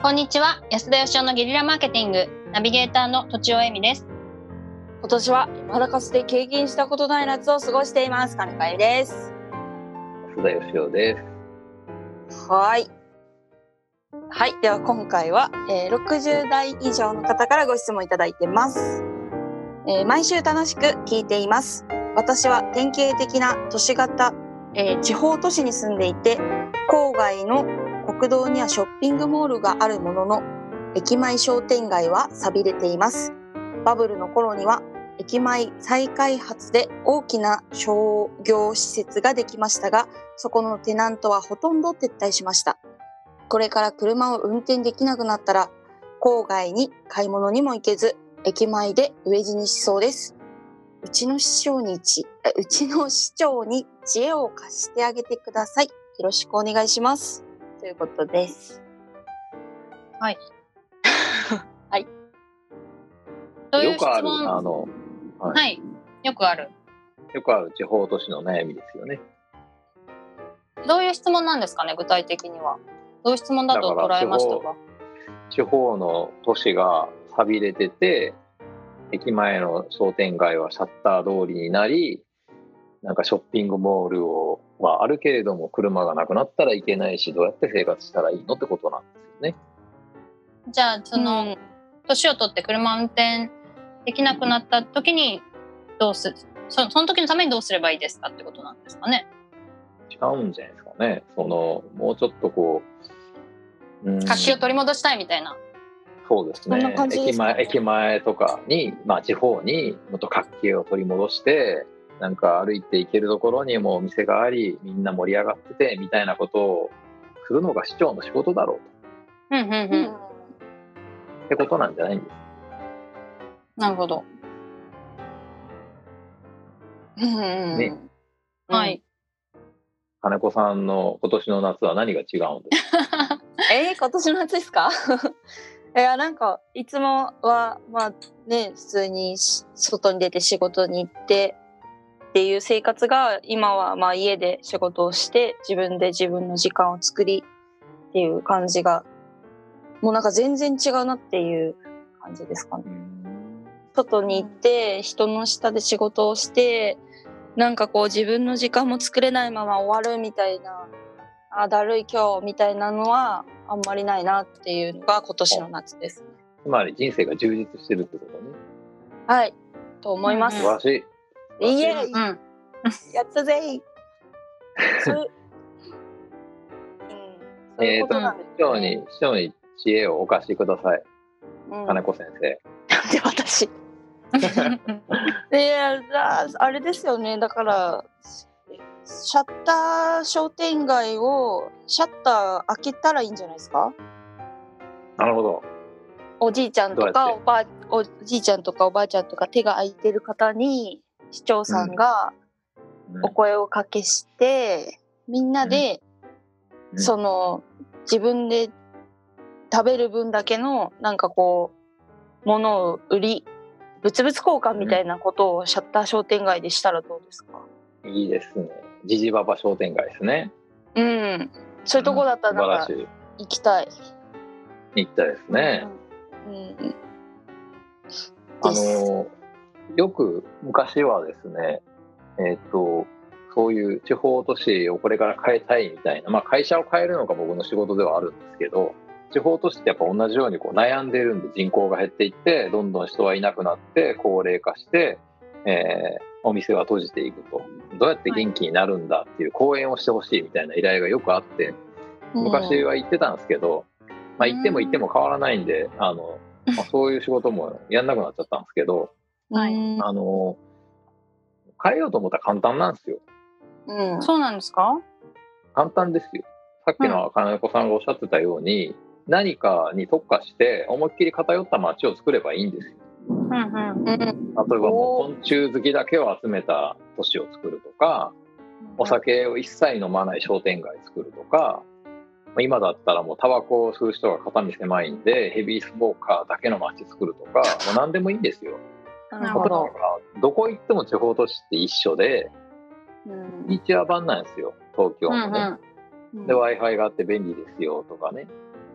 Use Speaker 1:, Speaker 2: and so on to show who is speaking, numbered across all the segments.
Speaker 1: こんにちは、安田義生のゲリラマーケティングナビゲーターのとちおえみです。
Speaker 2: 今年はまだかつて経験したことない夏を過ごしています。金子あゆみです。
Speaker 3: 安田義生です。
Speaker 2: はい、では今回は、60代以上の方からご質問いただいてます。毎週楽しく聞いています。私は典型的な都市型、地方都市に住んでいて、郊外の国道にはショッピングモールがあるものの、駅前商店街は寂れています。バブルの頃には駅前再開発で大きな商業施設ができましたが、そこのテナントはほとんど撤退しました。これから車を運転できなくなったら、郊外に買い物にも行けず、駅前で飢え死にしそうです。うちの市長に知恵を貸してあげてください。よろしくお願いします。ということです。
Speaker 1: はい。
Speaker 2: はい。
Speaker 1: どういう質
Speaker 3: よくある
Speaker 1: 問？はい、よくある
Speaker 3: 地方都市の悩みですよね。
Speaker 1: どういう質問なんですかね、具体的には。どういう質問だと捉えましたか？
Speaker 3: 地方の都市が寂れてて、駅前の商店街はシャッター通りになり、なんかショッピングモールはあるけれども車がなくなったらいけないし、どうやって生活したらいいのってことなんですよね。
Speaker 1: じゃあ年を取って車運転できなくなった時にその時のためにどうすればいいですかってことなんですかね。
Speaker 3: 違うんじゃないですかね。もうちょっと
Speaker 1: 活気を取り戻したいみたいな。
Speaker 3: そうですね。
Speaker 2: そんな感じですかね。
Speaker 3: 駅前とかに、地方にもっと活気を取り戻して、なんか歩いて行けるところにもお店があり、みんな盛り上がっててみたいなことをするのが市長の仕事だろうと。ってことなんじゃないんです。
Speaker 1: なるほど。
Speaker 3: ね。
Speaker 1: はい。
Speaker 3: 金子さんの今年の夏は何が違うんですか？
Speaker 2: 今年の夏ですか？いや、なんかいつもは普通に外に出て仕事に行ってっていう生活が、今は家で仕事をして自分で自分の時間を作りっていう感じが、もうなんか全然違うなっていう感じですかね。外に行って人の下で仕事をして、なんかこう自分の時間も作れないまま終わるみたいな、だるい今日みたいなのはあんまりないなっていうのが今年の夏です。
Speaker 3: つまり人生が充実してるってことね。
Speaker 2: はいと思います。
Speaker 3: 素晴らしい。
Speaker 2: イエーイ、やったぜい。そういうことなんですね。
Speaker 3: 市長に知恵をお貸しください。金子先生。
Speaker 2: なんで私あれですよね。だからシャッター商店街をシャッター開けたらいいんじゃないですか。
Speaker 3: なるほど。
Speaker 2: おじいちゃんとかおばあちゃんとか手が空いてる方に市長さんがお声をかけして、みんなでその自分で食べる分だけのなんかこう物を物々交換みたいなことをシャッター商店街でしたらどうですか？
Speaker 3: いいですね。ジジババ商店街ですね。
Speaker 2: そういうとこだったらなんか行きたい
Speaker 3: ですね。よく昔はですね、そういう地方都市をこれから変えたいみたいな、会社を変えるのが僕の仕事ではあるんですけど、地方都市ってやっぱ同じように悩んでるんで、人口が減っていってどんどん人はいなくなって高齢化して、お店が閉じていくと、どうやって元気になるんだっていう講演をしてほしいみたいな依頼がよくあって、昔は言ってたんですけど、言っても変わらないんで、そういう仕事もやんなくなっちゃったんですけど、変えようと思ったら簡単なんですよ。
Speaker 1: そうなんですか？
Speaker 3: 簡単ですよ。さっきの金子さんがおっしゃってたように、何かに特化して思いっきり偏った街を作ればいいんですよ。例えばもう昆虫好きだけを集めた都市を作るとか、お酒を一切飲まない商店街作るとか、今だったらもうタバコを吸う人が肩身狭いんでヘビースモーカーだけの街作るとか、もう何でもいいんですよ。どこ行っても地方都市って一緒で、ミニチュア版なんですよ、東京のね。で Wi-Fi があって便利ですよとかね。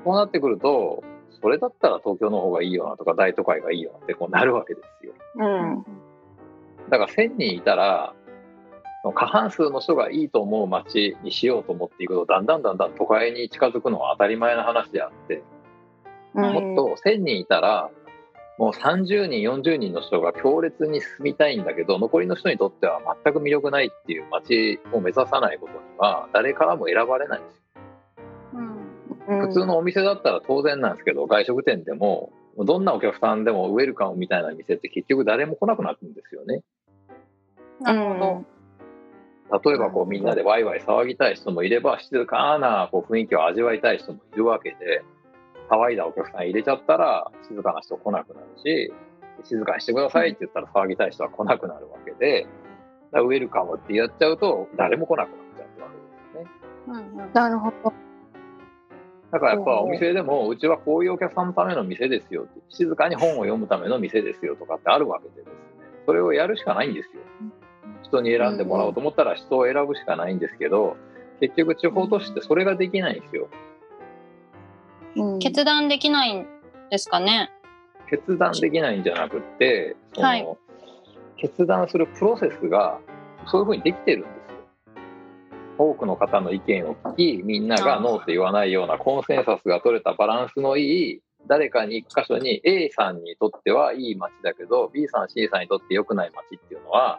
Speaker 3: こうなってくると、それだったら東京の方がいいよなとか大都会がいいよなってこうなるわけですよ。だから1000人いたら過半数の人がいいと思う街にしようと思っていくと、だんだん都会に近づくのは当たり前の話であって、もっと1000人いたらもう30人40人の人が強烈に住みたいんだけど、残りの人にとっては全く魅力ないっていう街を目指さないことには誰からも選ばれないんですよ。普通のお店だったら当然なんですけど、外食店でもどんなお客さんでもウェルカムみたいな店って結局誰も来なくなるんですよね。
Speaker 1: なるほ
Speaker 3: ど。例えばこうみんなでワイワイ騒ぎたい人もいれば、静かなこう雰囲気を味わいたい人もいるわけで、騒いだお客さん入れちゃったら静かな人来なくなるし、静かにしてくださいって言ったら騒ぎたい人は来なくなるわけで、ウェルカムってやっちゃうと誰も来なくなっちゃうわけですよね。
Speaker 2: なるほど。
Speaker 3: だからやっぱお店でも、うちはこういうお客さんのための店ですよって、静かに本を読むための店ですよとかってあるわけでですね、それをやるしかないんですよ。人に選んでもらおうと思ったら人を選ぶしかないんですけど、結局地方都市ってそれができないんですよ。
Speaker 1: 決断できないんですかね。
Speaker 3: 決断できないんじゃなくて、決断するプロセスがそういうふうにできてるんですよ。多くの方の意見を聞き、みんながノーって言わないようなコンセンサスが取れたバランスのいい、誰かに一箇所に A さんにとってはいい街だけど B さん C さんにとって良くない街っていうのは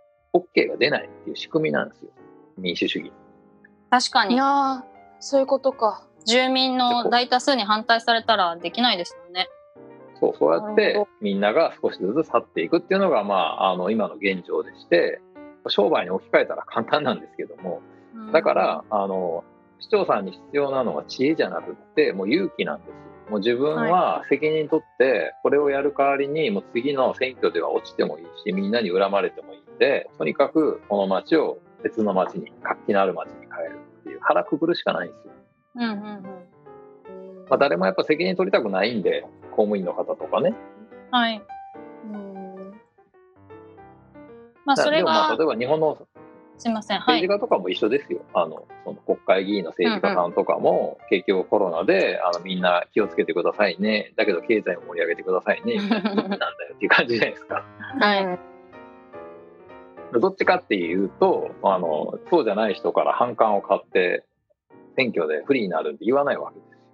Speaker 3: OK が出ないっていう仕組みなんですよ、民主主義。
Speaker 1: 確かに。
Speaker 2: いや、そういうことか。
Speaker 1: 住民の大多数に反対されたらできないですよね。
Speaker 3: そうやってみんなが少しずつ去っていくっていうのが、今の現状でして、商売に置き換えたら簡単なんですけども、だから市長さんに必要なのは知恵じゃなくってもう勇気なんですよ。もう自分は責任取ってこれをやる代わりに、もう次の選挙では落ちてもいいし、みんなに恨まれてもいいんで、とにかくこの町を別の町に、活気のある町に変えるっていう腹くくるしかないんですよ。誰もやっぱ責任取りたくないんで、公務員の方とかね。
Speaker 1: それが
Speaker 3: 例えば日本の政治家とかも一緒ですよ。その国会議員の政治家さんとかも、結局コロナでみんな気をつけてくださいね、だけど経済を盛り上げてくださいねみたいななんだよっていう感じじゃないですか。どっちかっていうとそうじゃない人から反感を買って選挙で不利になるって言わないわけですよ。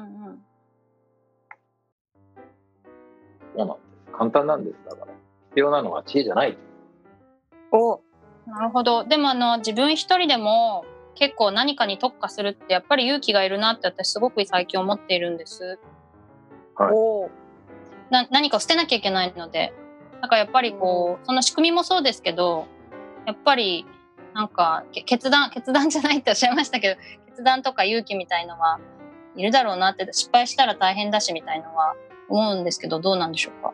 Speaker 3: そうなんです。簡単なんです。だから必要なのは知恵じゃない。
Speaker 1: なるほど。でも自分一人でも結構何かに特化するってやっぱり勇気がいるなって私すごく最近思っているんです。何かを捨てなきゃいけないので、だからやっぱりその仕組みもそうですけど、やっぱりなんか決断じゃないっておっしゃいましたけど、決断とか勇気みたいのはいるだろうなって、失敗したら大変だしみたいのは思うんですけど、どうなんでしょうか。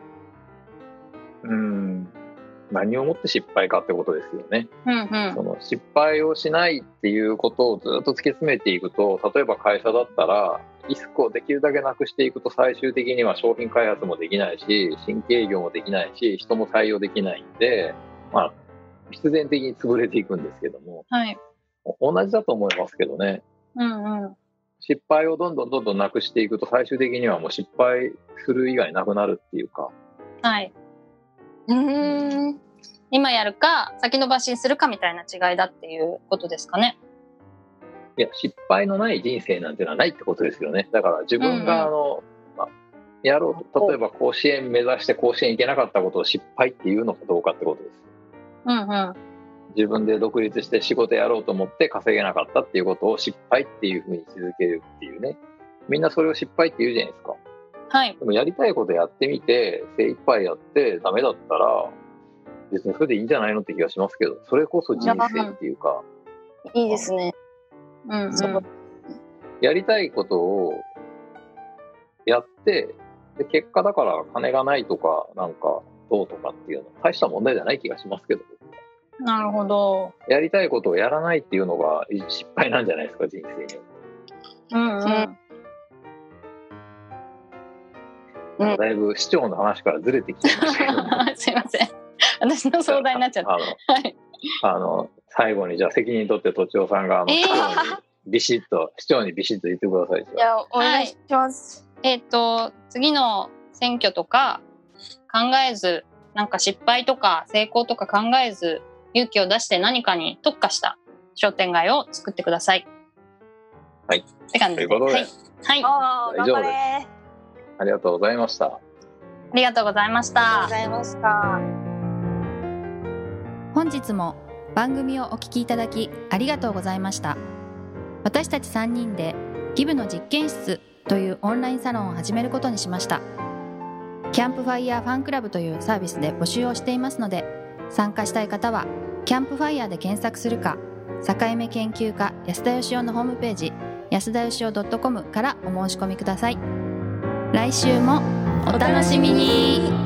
Speaker 3: 何をもって失敗かってことですよね。その失敗をしないっていうことをずっと突き詰めていくと、例えば会社だったらリスクをできるだけなくしていくと、最終的には商品開発もできないし、新規営業もできないし、人も採用できないんで、必然的に潰れていくんですけども、同じだと思いますけどね。失敗をどんどんなくしていくと、最終的にはもう失敗する以外なくなるっていうか。
Speaker 1: 今やるか先延ばしにするかみたいな違いだっていうことですかね。
Speaker 3: いや、失敗のない人生なんてのはないってことですよね。だから自分がやろうと、例えば甲子園目指して甲子園行けなかったことを失敗っていうのかどうかってことです。自分で独立して仕事やろうと思って稼げなかったっていうことを失敗っていうふうに位置づけるっていうね。みんなそれを失敗って言うじゃないですか。でもやりたいことやってみて精一杯やってダメだったら別にそれでいいんじゃないのって気がしますけど、それこそ人生っていうか。
Speaker 2: いいですね。
Speaker 3: やりたいことをやってで結果だから金がないとかなんかどうとかっていうのは大した問題じゃない気がしますけど。
Speaker 1: なるほど。
Speaker 3: やりたいことをやらないっていうのが失敗なんじゃないですか、人生によって。だいぶ市長の話からずれてきてましたけど
Speaker 1: すいません、私の相談になっちゃった。
Speaker 3: 最後にじゃあ責任取ってとちおさんが市長にビシッと市長にビシッと言ってください。
Speaker 2: いや、お願いします。
Speaker 1: 次の選挙とか考えず、なんか失敗とか成功とか考えず、勇気を出して何かに特化した商店街を作ってください。
Speaker 3: はい。
Speaker 1: って感じで。
Speaker 3: ということで、
Speaker 1: はい。
Speaker 3: 以上です。ありがとうございました。
Speaker 1: ありがとうございまし
Speaker 2: あり
Speaker 1: た。
Speaker 2: がとうございました。
Speaker 4: 本日も番組をお聞きいただきありがとうございました。私たち3人でギブの実験室というオンラインサロンを始めることにしました。キャンプファイヤーファンクラブというサービスで募集をしていますので、参加したい方はキャンプファイヤーで検索するか、境目研究家安田義雄のホームページ安田義雄 .com からお申し込みください。来週もお楽しみに。